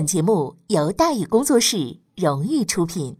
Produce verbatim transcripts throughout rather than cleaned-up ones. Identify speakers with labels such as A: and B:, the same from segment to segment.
A: 本节目由大宇工作室荣誉出品。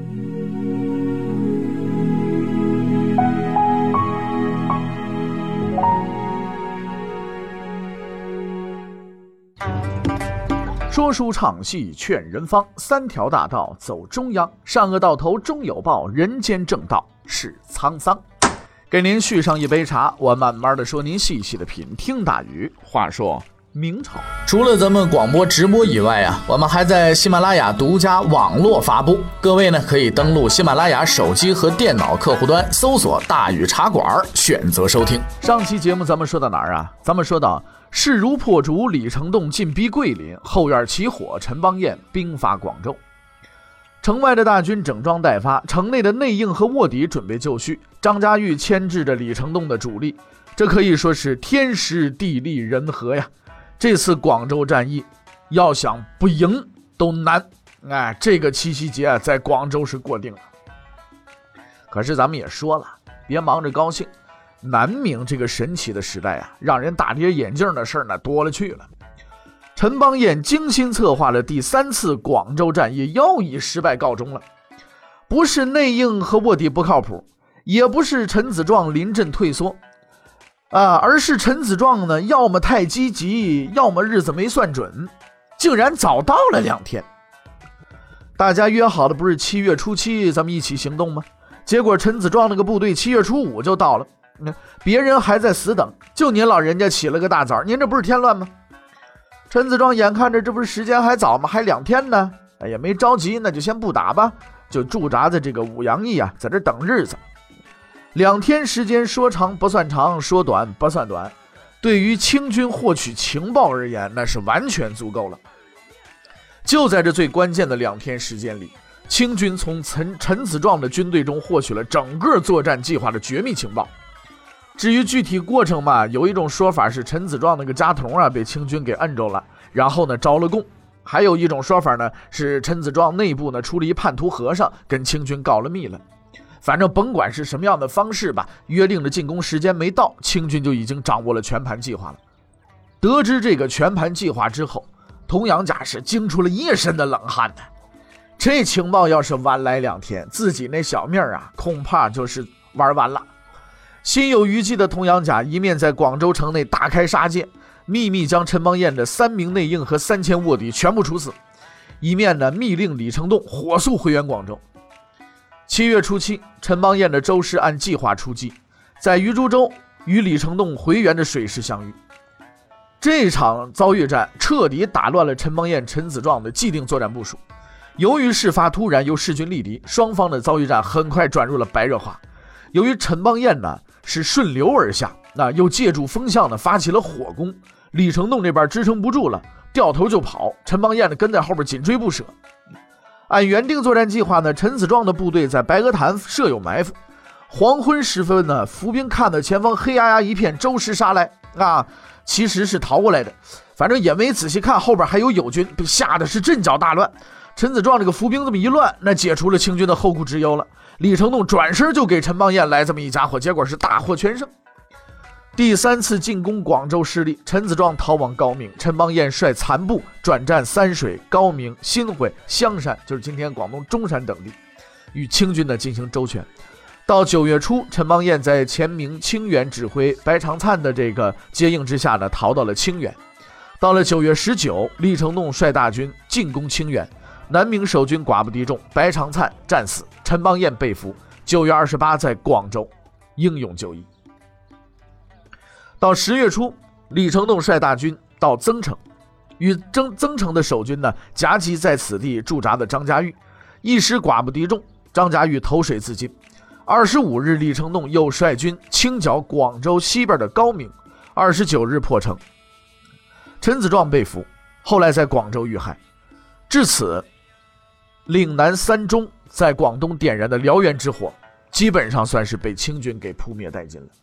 B: 说书唱戏劝人方，三条大道走中央，善恶到头终有报，人间正道是沧桑。给您续上一杯茶，我慢慢的说，您细细的品。听大宇话说明朝，
C: 除了咱们广播直播以外啊，我们还在喜马拉雅独家网络发布。各位呢，可以登录喜马拉雅手机和电脑客户端，搜索大宇茶馆，选择收听。
B: 上期节目咱们说到哪儿啊？咱们说到势如破竹，李成栋进逼桂林，后院起火，陈邦彦兵发广州。城外的大军整装待发，城内的内应和卧底准备就绪。张家玉牵制着李成栋的主力，这可以说是天时地利人和呀。这次广州战役要想不赢都难，哎，这个七夕节在广州是过定了。可是咱们也说了，别忙着高兴，南明这个神奇的时代啊，让人大跌眼镜的事儿呢多了去了。陈邦彦精心策划了第三次广州战役，要以失败告终了。不是内应和卧底不靠谱，也不是陈子壮临阵退缩啊，而是陈子壮呢，要么太积极，要么日子没算准，竟然早到了两天。大家约好的不是七月初七咱们一起行动吗？结果陈子壮那个部队七月初五就到了，别人还在死等，就您老人家起了个大早，您这不是添乱吗？陈子壮眼看着这不是时间还早吗？还两天呢，哎呀，没着急，那就先不打吧，就驻扎在这个武阳驿啊，在这等日子。两天时间说长不算长，说短不算短，对于清军获取情报而言，那是完全足够了。就在这最关键的两天时间里，清军从陈陈子壮的军队中获取了整个作战计划的绝密情报。至于具体过程嘛，有一种说法是陈子壮那个家童啊被清军给摁住了，然后呢招了供；还有一种说法呢是陈子壮内部呢出了一叛徒和尚，跟清军告了密了。反正甭管是什么样的方式吧，约定的进攻时间没到，清军就已经掌握了全盘计划了。得知这个全盘计划之后，童养甲是惊出了一身的冷汗呢。这情报要是晚来两天，自己那小命啊恐怕就是玩完了。心有余悸的童养甲一面在广州城内大开杀戒，秘密将陈邦彦的三名内应和三千卧底全部处死，一面呢密令李成栋火速回援广州。七月初七，陈邦彦的周师按计划出击，在鱼珠洲与李成栋回援的水师相遇。这场遭遇战彻底打乱了陈邦彦、陈子壮的既定作战部署。由于事发突然又势均力敌，双方的遭遇战很快转入了白热化。由于陈邦彦呢是顺流而下，那又借助风向呢发起了火攻，李成栋这边支撑不住了，掉头就跑，陈邦彦呢跟在后边紧追不舍。按原定作战计划呢，陈子壮的部队在白鹅潭设有埋伏。黄昏时分呢，伏兵看到前方黑压压一片，周师杀来啊，其实是逃过来的，反正也没仔细看后边还有友军，被吓得是阵脚大乱。陈子壮这个伏兵这么一乱，那解除了清军的后顾之忧了。李成栋转身就给陈邦彦来这么一家伙，结果是大获全胜。第三次进攻广州失利，陈子壮逃往高明，陈邦彦率残部转战三水、高明、新会、香山，就是今天广东中山等地，与清军呢进行周旋。到九月初，陈邦彦在前明清远指挥白长灿的这个接应之下呢，逃到了清远。到了九月十九，李成栋率大军进攻清远，南明守军寡不敌众，白长灿战死，陈邦彦被俘。九月二十八，在广州英勇就义。到十月初，李成栋率大军到增城，与增增城的守军呢夹击在此地驻扎的张家玉，一时寡不敌众，张家玉投水自尽。二十五日，李成栋又率军清剿广州西边的高明，二十九日破城。陈子壮被俘，后来在广州遇害。至此，岭南三中在广东点燃的燎原之火，基本上算是被清军给扑灭殆尽了。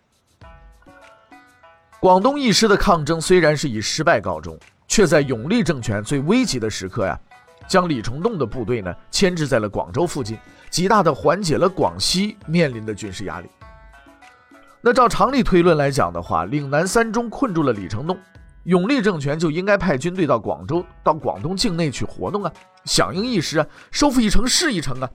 B: 广东一师的抗争虽然是以失败告终，却在永历政权最危急的时刻呀，将李成栋的部队呢牵制在了广州附近，极大的缓解了广西面临的军事压力。那照常理推论来讲的话，岭南三中困住了李成栋， 永历政权就应该派军队到广州、到广东境内去活动啊，响应一时啊，收复一城是一城啊。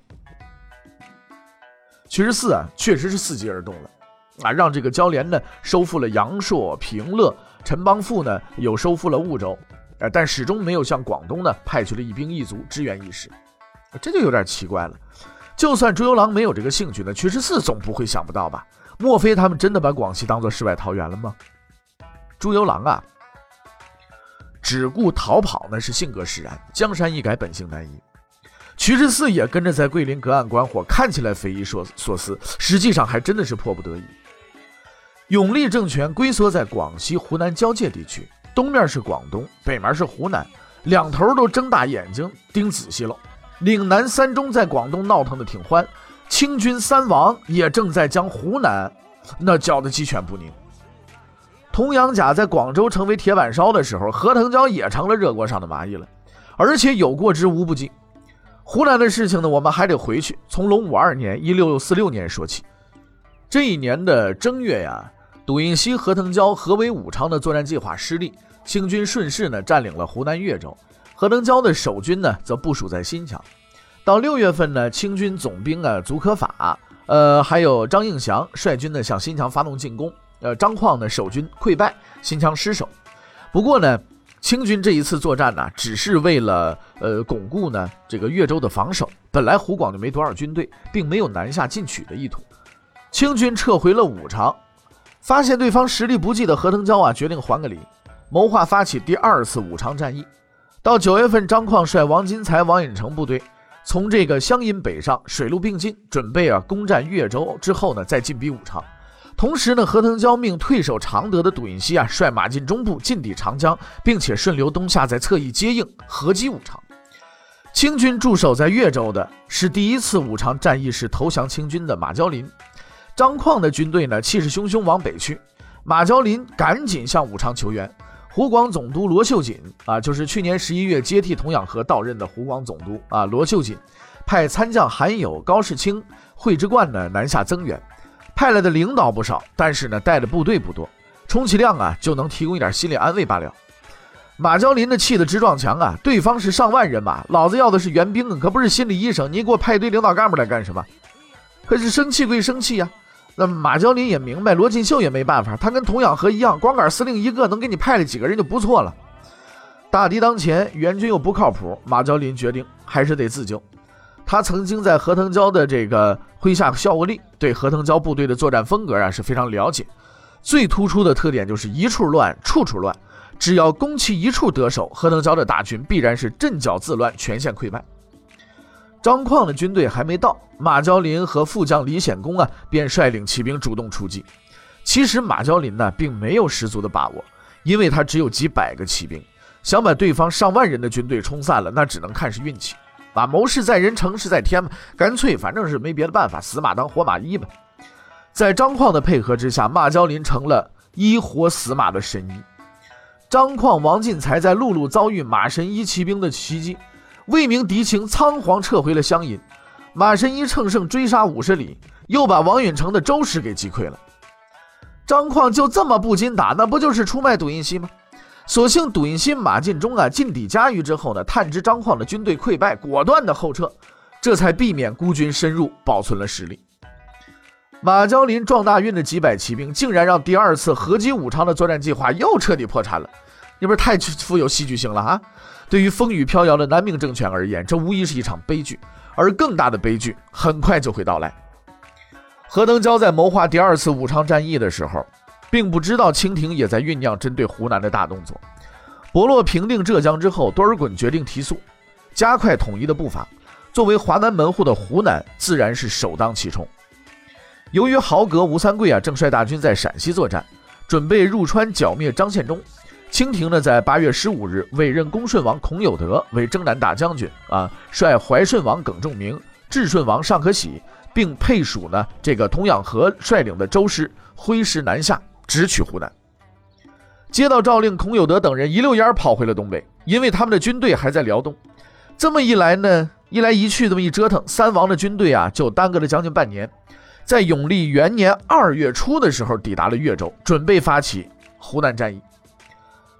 B: 徐十四啊，确实是伺机而动了啊，让这个交联呢收复了阳朔、平乐，陈邦富呢又收复了婺州，呃，但始终没有向广东呢派去了一兵一卒支援一时，这就有点奇怪了。就算朱由榔没有这个兴趣呢，徐十四总不会想不到吧？莫非他们真的把广西当作世外桃源了吗？朱由榔啊，只顾逃跑呢是性格使然，江山易改，本性难移。徐十四也跟着在桂林隔岸观火，看起来匪夷所思，实际上还真的是迫不得已。永历政权龟缩在广西、湖南交界地区，东面是广东，北面是湖南，两头都睁大眼睛盯仔细了。岭南三中在广东闹腾的挺欢，清军三王也正在将湖南那搅得鸡犬不宁。童养甲在广州成为铁板烧的时候，何腾蛟也成了热锅上的蚂蚁了，而且有过之无不及。湖南的事情呢，我们还得回去，从隆武二年一六四六年说起。这一年的正月呀，笃应西、何腾蛟合围武昌的作战计划失利，清军顺势呢占领了湖南岳州，何腾蛟的守军呢则部署在新墙。到六月份呢，清军总兵啊竺可法，呃，还有张应祥率军呢向新墙发动进攻，呃，张况呢守军溃败，新墙失守。不过呢，清军这一次作战呢，只是为了呃巩固呢这个岳州的防守，本来湖广就没多少军队，并没有南下进取的意图。清军撤回了武昌，发现对方实力不济的何腾蛟啊，决定还个礼，谋划发起第二次武昌战役。到九月份，张况率王金才、王隐成部队从这个湘阴北上，水陆并进，准备啊攻占岳州之后呢，再进逼武昌。同时呢，何腾蛟命退守常德的笃应西啊，率马进中部，进抵长江，并且顺流东下，在侧翼接应，合击武昌。清军驻守在岳州的是第一次武昌战役时投降清军的马骄林。张况的军队呢，气势汹汹往北去，马骄林赶紧向武昌求援。湖广总督罗秀锦啊，就是去年十一月接替童养和到任的湖广总督啊，罗秀锦派参将韩友、高士清、惠之冠呢南下增援。派来的领导不少，但是呢带的部队不多，充其量啊就能提供一点心理安慰罢了。马骄林的气得直撞墙啊，对方是上万人马，老子要的是援兵啊，可不是心理医生，你给我派一堆领导干部来干什么？可是生气归生气呀、啊，那马骄林也明白，罗锦秀也没办法，他跟童养和一样，光杆司令一个，能给你派了几个人就不错了。大敌当前，援军又不靠谱，马骄林决定还是得自救。他曾经在何腾蛟的这个麾下效过力，对何腾蛟部队的作战风格啊是非常了解。最突出的特点就是一处乱，处处乱。只要攻其一处得手，何腾蛟的大军必然是阵脚自乱，全线溃败。张况的军队还没到，马骄林和副将李显公啊便率领骑兵主动出击。其实马骄林呢并没有十足的把握，因为他只有几百个骑兵，想把对方上万人的军队冲散了，那只能看是运气。啊，谋事在人，成事在天嘛，干脆反正是没别的办法，死马当活马医吧。在张况的配合之下，马骄林成了医活死马的神医。张况、王进才在陆路遭遇马神医骑兵的袭击，未明敌情，仓皇撤回了湘阴。马神医乘胜追杀五十里，又把王允成的周师给击溃了。张况就这么不禁打，那不就是出卖笃应西吗？所幸笃应西马进忠啊进抵嘉峪之后呢，探知张况的军队溃败，果断的后撤，这才避免孤军深入，保存了实力。马骄林撞大运的几百骑兵，竟然让第二次合击武昌的作战计划又彻底破产了，你不是太富有戏剧性了啊？对于风雨飘摇的南明政权而言，这无疑是一场悲剧，而更大的悲剧很快就会到来。何腾蛟在谋划第二次武昌战役的时候，并不知道清廷也在酝酿针对湖南的大动作。博洛平定浙江之后，多尔衮决定提速，加快统一的步伐。作为华南门户的湖南，自然是首当其冲。由于豪格吴三桂啊正率大军在陕西作战，准备入川剿灭张献忠，清廷呢在八月十五日委任恭顺王孔有德为征南大将军啊，率怀顺王耿仲明、智顺王尚可喜，并配属呢这个童养和率领的周师挥师南下，直取湖南。接到诏令，孔有德等人一溜烟跑回了东北，因为他们的军队还在辽东。这么一来呢，一来一去这么一折腾，三王的军队啊就耽搁了将近半年。在永历元年二月初的时候抵达了岳州，准备发起湖南战役。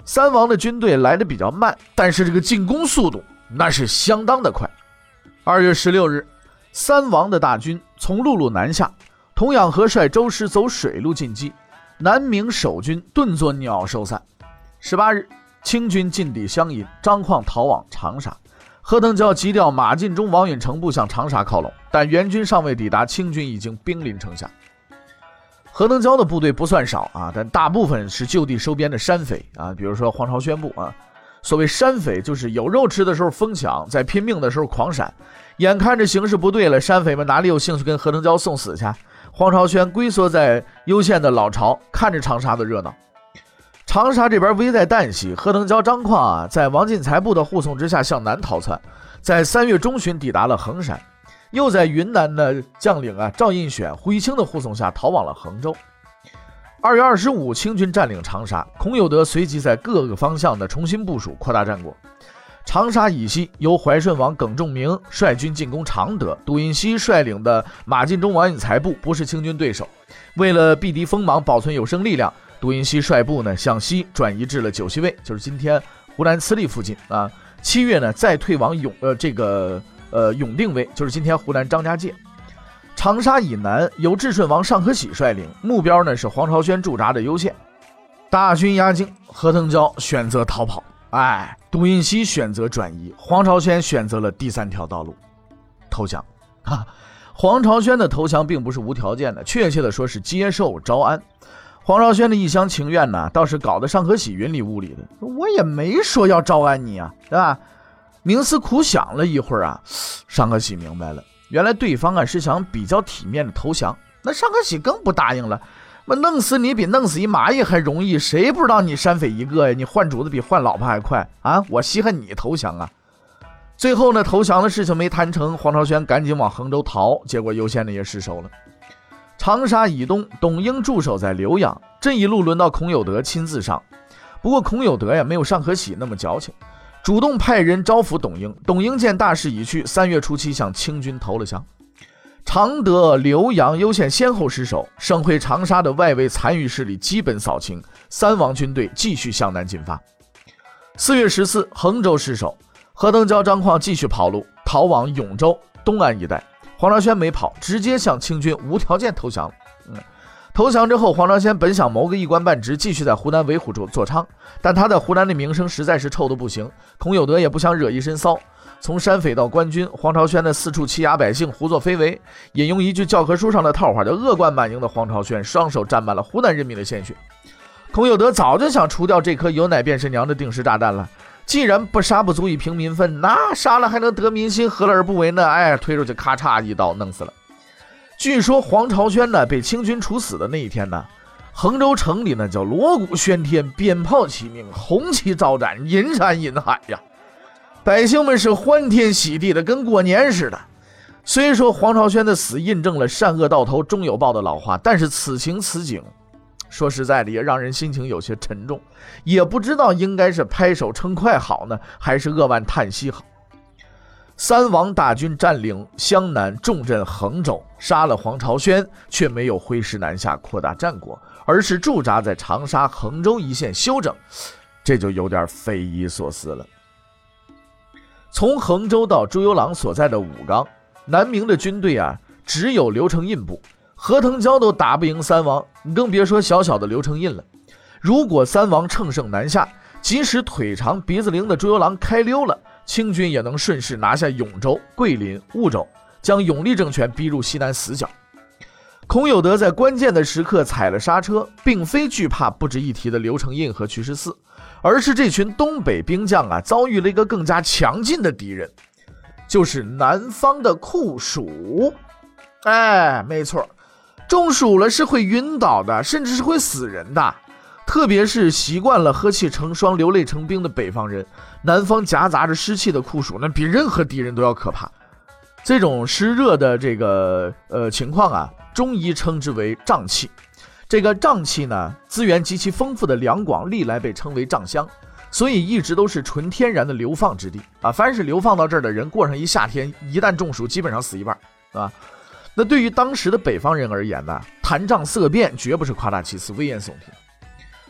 B: 三王的军队来得比较慢，但是这个进攻速度那是相当的快。二月十六日，三王的大军从陆路南下，童养和率周师走水路进击，南明守军顿作鸟兽散。十八日，清军进抵湘阴，张况逃往长沙。何腾蛟急调马进忠、王允成部向长沙靠拢，但援军尚未抵达，清军已经兵临城下。何腾蛟的部队不算少啊，但大部分是就地收编的山匪啊，比如说黄巢宣部啊。所谓山匪，就是有肉吃的时候疯抢，在拼命的时候狂闪。眼看着形势不对了，山匪们哪里有兴趣跟何腾蛟送死去？黄巢宣龟缩在攸县的老巢，看着长沙的热闹。长沙这边危在旦夕，何腾蛟、张况啊，在王进才部的护送之下向南逃窜，在三月中旬抵达了衡山，又在云南的将领啊赵印选、胡一清的护送下逃往了衡州。二月二十五，清军占领长沙，孔有德随即在各个方向的重新部署，扩大战果。长沙以西，由怀顺王耿仲明率军进攻常德，杜印熙率领的马进忠、王允才部不是清军对手。为了避敌锋芒，保存有生力量，杜印熙率部呢向西转移至了九溪卫，就是今天湖南磁力附近啊。七月呢再退往永呃这个呃永定卫，就是今天湖南张家界。长沙以南由至顺王尚可喜率领，目标呢是黄巢宣驻扎的攸县。大军压境，何腾蛟选择逃跑，哎，杜印熙选择转移，黄巢宣选择了第三条道路，投降。哈，黄巢宣的投降并不是无条件的，确切的说是接受招安。黄巢宣的一厢情愿呢，倒是搞得尚可喜云里雾里的，我也没说要招安你啊，对吧？冥思苦想了一会儿啊，尚可喜明白了，原来对方啊是想比较体面的投降，那尚可喜更不答应了。那弄死你比弄死一蚂蚁还容易，谁不知道你山匪一个呀？你换主子比换老婆还快啊！我稀罕你投降啊！最后呢，投降的事情没谈成，黄巢宣赶紧往衡州逃，结果攸县呢也失守了。长沙以东，董应驻守在浏阳，这一路轮到孔有德亲自上。不过孔有德呀没有尚可喜那么矫情，主动派人招抚董应。董应见大势已去，三月初七向清军投了降。常德、浏阳、攸县先后失守，省会长沙的外围残余势力基本扫清，三王军队继续向南进发。四月十四，衡州失守，何腾蛟、张况继续跑路，逃往永州东安一带。黄巢宣没跑，直接向清军无条件投降了。嗯，投降之后，黄巢宣本想谋个一官半职，继续在湖南维护住座昌，但他在湖南的名声实在是臭得不行，孔有德也不想惹一身骚。从山匪到官军，黄巢宣的四处欺压百姓，胡作非为。引用一句教科书上的套话，叫恶贯满盈的黄巢宣，双手沾满了湖南人民的鲜血。孔有德早就想除掉这颗有奶便是娘的定时炸弹了。既然不杀不足以平民愤，那杀了还能得民心，何乐而不为呢？哎，推出去咔嚓一刀弄死了。据说黄巢宣呢被清军处死的那一天呢，衡州城里呢叫锣鼓喧天，鞭炮齐鸣，红旗招展，银山银海呀，百姓们是欢天喜地的，跟过年似的。虽说黄巢宣的死印证了善恶到头终有报的老话，但是此情此景，说实在的也让人心情有些沉重，也不知道应该是拍手称快好呢，还是扼腕叹息好。三王大军占领湘南，重镇衡州，杀了黄巢宣，却没有挥师南下扩大战果，而是驻扎在长沙、衡州一线休整，这就有点匪夷所思了。从衡州到朱由榔所在的武冈，南明的军队啊，只有刘承胤部，何腾蛟都打不赢三王，你更别说小小的刘承胤了。如果三王乘胜南下，即使腿长鼻子灵的朱由榔开溜了，清军也能顺势拿下永州、桂林、婺州，将永历政权逼入西南死角。孔有德在关键的时刻踩了刹车，并非惧怕不值一提的刘承胤和瞿十四，而是这群东北兵将啊，遭遇了一个更加强劲的敌人，就是南方的酷暑。哎，没错，中暑了是会晕倒的，甚至是会死人的。特别是习惯了喝气成霜、流泪成冰的北方人，南方夹杂着湿气的酷暑，那比任何敌人都要可怕。这种湿热的这个呃情况啊，中医称之为瘴气。这个瘴气呢，资源极其丰富的两广历来被称为瘴乡，所以一直都是纯天然的流放之地啊。凡是流放到这儿的人，过上一夏天，一旦中暑，基本上死一半啊。那对于当时的北方人而言呢，痰瘴色变绝不是夸大其词、危言耸听。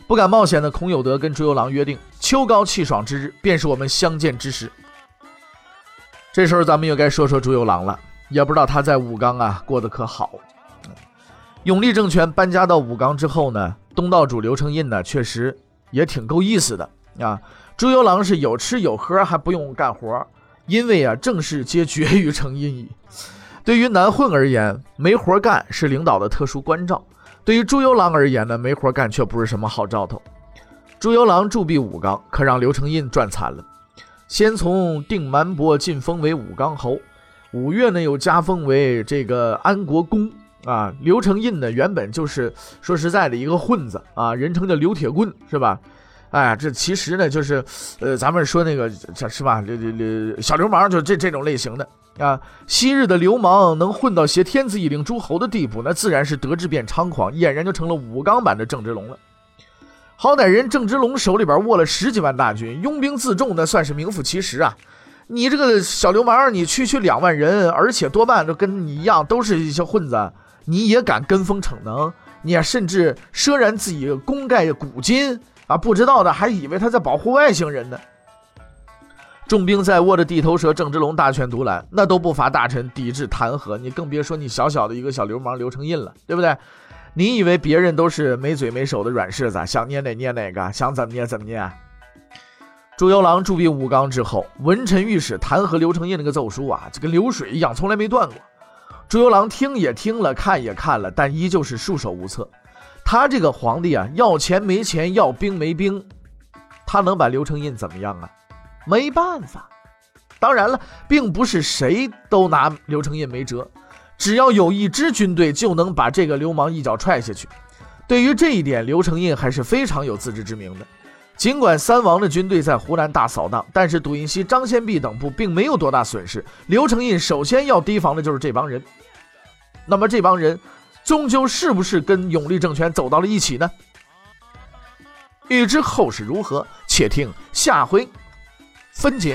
B: 不敢冒险的孔有德跟朱由榔约定，秋高气爽之日便是我们相见之时。这时候咱们又该说说朱由榔了，也不知道他在武冈啊过得可好。永历政权搬家到武冈之后呢，东道主刘承胤呢确实也挺够意思的啊。朱由榔是有吃有喝，还不用干活，因为啊正事皆决于承胤矣。对于南混而言，没活干是领导的特殊关照，对于朱由榔而言呢，没活干却不是什么好兆头。朱由榔驻跸武冈，可让刘承胤赚惨了。先从定蛮伯晋封为武冈侯，五月呢又加封为这个安国公啊。刘承胤呢原本就是说实在的一个混子啊，人称叫刘铁棍，是吧？哎，这其实呢就是呃咱们说那个是吧，这这小流氓，就这这种类型的啊。昔日的流氓能混到挟天子以令诸侯的地步，那自然是德智变猖狂，俨然就成了武冈版的郑芝龙了。好歹人郑芝龙手里边握了十几万大军，拥兵自重，那算是名副其实啊。你这个小流氓，你区区两万人，而且多半都跟你一样，都是一些混子，你也敢跟风逞能？你也甚至奢然自己功盖古今啊，不知道的还以为他在保护外星人呢。重兵在握着地头蛇郑芝龙大权独揽，那都不乏大臣抵制弹劾，你更别说你小小的一个小流氓刘承胤了，对不对？你以为别人都是没嘴没手的软柿子，想捏哪捏哪个，想怎么捏怎么捏？朱由榔驻跸武冈之后，文臣御史弹劾刘承胤那个奏书啊，就跟流水一样，从来没断过。朱由榔听也听了，看也看了，但依旧是束手无策。他这个皇帝啊，要钱没钱，要兵没兵，他能把刘承胤怎么样啊？没办法。当然了，并不是谁都拿刘承胤没辙，只要有一支军队就能把这个流氓一脚踹下去。对于这一点，刘承胤还是非常有自知之明的。尽管三王的军队在湖南大扫荡，但是笃印熙、张献弼等部并没有多大损失。刘承胤首先要提防的就是这帮人。那么这帮人终究是不是跟永历政权走到了一起呢？欲知后事如何，且听下回分解。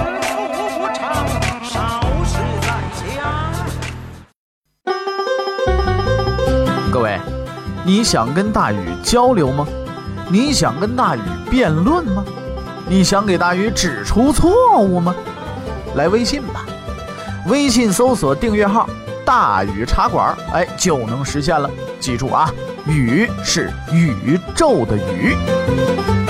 B: 各位，你想跟大禹交流吗？你想跟大禹辩论吗？你想给大禹指出错误吗？来微信吧，微信搜索订阅号大禹茶馆，哎，就能实现了。记住啊，禹是宇宙的宇。